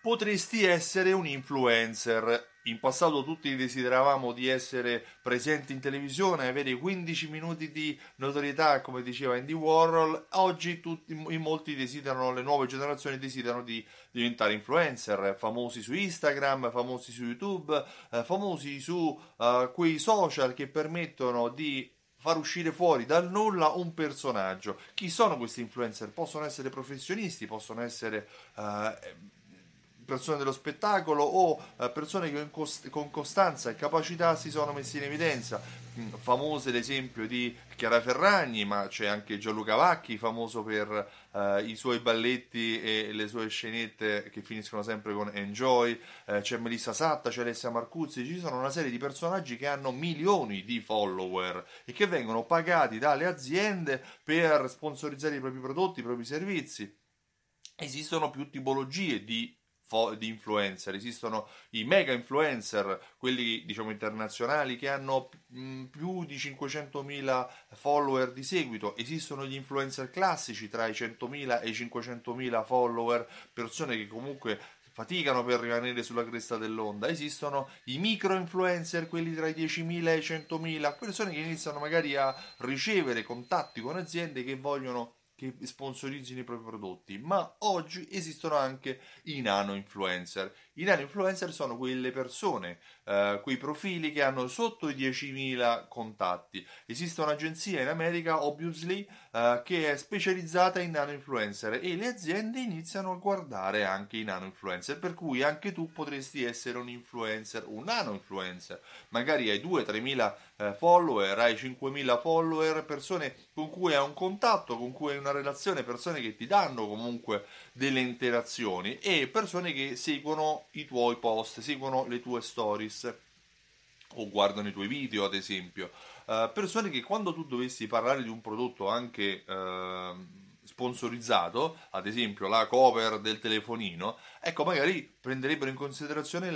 Potresti essere un influencer. In passato tutti desideravamo di essere presenti in televisione, avere 15 minuti di notorietà, come diceva Andy Warhol. Oggi in molti desiderano, le nuove generazioni desiderano di diventare influencer, famosi su Instagram, famosi su YouTube, famosi su quei social che permettono di far uscire fuori dal nulla un personaggio. Chi sono questi influencer? Possono essere professionisti, possono essere persone dello spettacolo o persone che con costanza e capacità si sono messi in evidenza. Famose l'esempio di Chiara Ferragni, ma c'è anche Gianluca Vacchi, famoso per i suoi balletti e le sue scenette che finiscono sempre con Enjoy, c'è Melissa Satta, c'è Alessia Marcuzzi, ci sono una serie di personaggi che hanno milioni di follower e che vengono pagati dalle aziende per sponsorizzare i propri prodotti, i propri servizi. Esistono più tipologie di influencer, esistono i mega influencer, quelli diciamo internazionali che hanno più di 500.000 follower di seguito, esistono gli influencer classici tra i 100.000 e i 500.000 follower, persone che comunque faticano per rimanere sulla cresta dell'onda, esistono i micro influencer, quelli tra i 10.000 e i 100.000, persone che iniziano magari a ricevere contatti con aziende che vogliono che sponsorizzino i propri prodotti, ma oggi esistono anche i nano influencer. I nano influencer sono quelle persone, quei profili che hanno sotto i 10.000 contatti. Esiste un'agenzia in America, Obviously, che è specializzata in nano influencer e le aziende iniziano a guardare anche i nano influencer, per cui anche tu potresti essere un influencer, un nano influencer. Magari hai 2-3.000 follower, hai 5.000 follower, persone con cui hai un contatto, con cui hai una relazione, persone che ti danno comunque delle interazioni e persone che seguono i tuoi post, seguono le tue stories o guardano i tuoi video, ad esempio. Persone che quando tu dovessi parlare di un prodotto anche sponsorizzato, ad esempio la cover del telefonino, ecco, magari prenderebbero in considerazione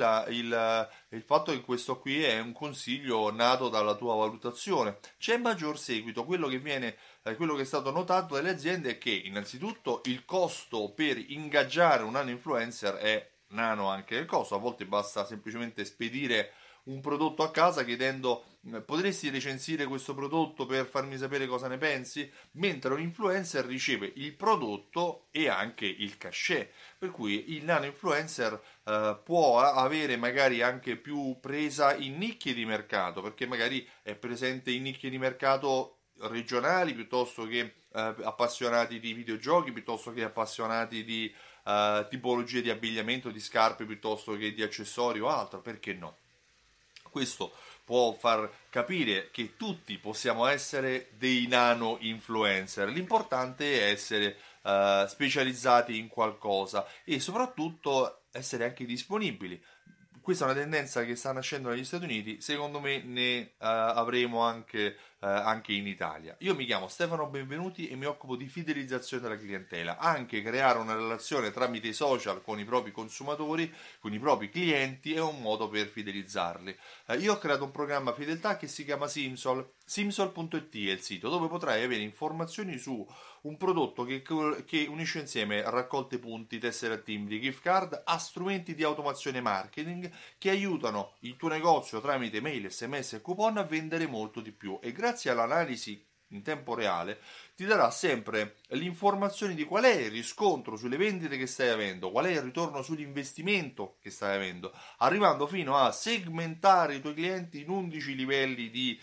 il fatto che questo qui è un consiglio nato dalla tua valutazione. C'è maggior seguito, quello che è stato notato dalle aziende è che innanzitutto il costo per ingaggiare un nano influencer è nano anche il costo, a volte basta semplicemente spedire un prodotto a casa chiedendo potresti recensire questo prodotto per farmi sapere cosa ne pensi, mentre un influencer riceve il prodotto e anche il cachet, per cui il nano influencer può avere magari anche più presa in nicchie di mercato, perché magari è presente in nicchie di mercato regionali piuttosto che appassionati di videogiochi, piuttosto che appassionati di tipologie di abbigliamento, di scarpe piuttosto che di accessori o altro, perché no? Questo può far capire che tutti possiamo essere dei nano influencer. L'importante è essere specializzati in qualcosa e soprattutto essere anche disponibili. Questa è una tendenza che sta nascendo negli Stati Uniti, secondo me ne avremo anche in Italia. Io mi chiamo Stefano Benvenuti e mi occupo di fidelizzazione della clientela, anche creare una relazione tramite i social con i propri consumatori, con i propri clienti è un modo per fidelizzarli. Io ho creato un programma fedeltà che si chiama Simsol, simsol.it è il sito dove potrai avere informazioni su un prodotto che unisce insieme raccolte punti, tessere a timbri, gift card a strumenti di automazione marketing che aiutano il tuo negozio tramite mail, sms e coupon a vendere molto di più e grazie all'analisi in tempo reale ti darà sempre l'informazione di qual è il riscontro sulle vendite che stai avendo, qual è il ritorno sull'investimento che stai avendo, arrivando fino a segmentare i tuoi clienti in 11 livelli di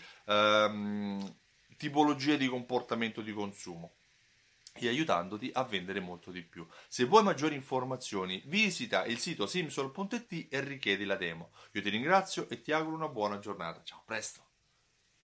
tipologie di comportamento di consumo e aiutandoti a vendere molto di più. Se vuoi maggiori informazioni, visita il sito simsol.it e richiedi la demo. Io ti ringrazio e ti auguro una buona giornata. Ciao, a presto!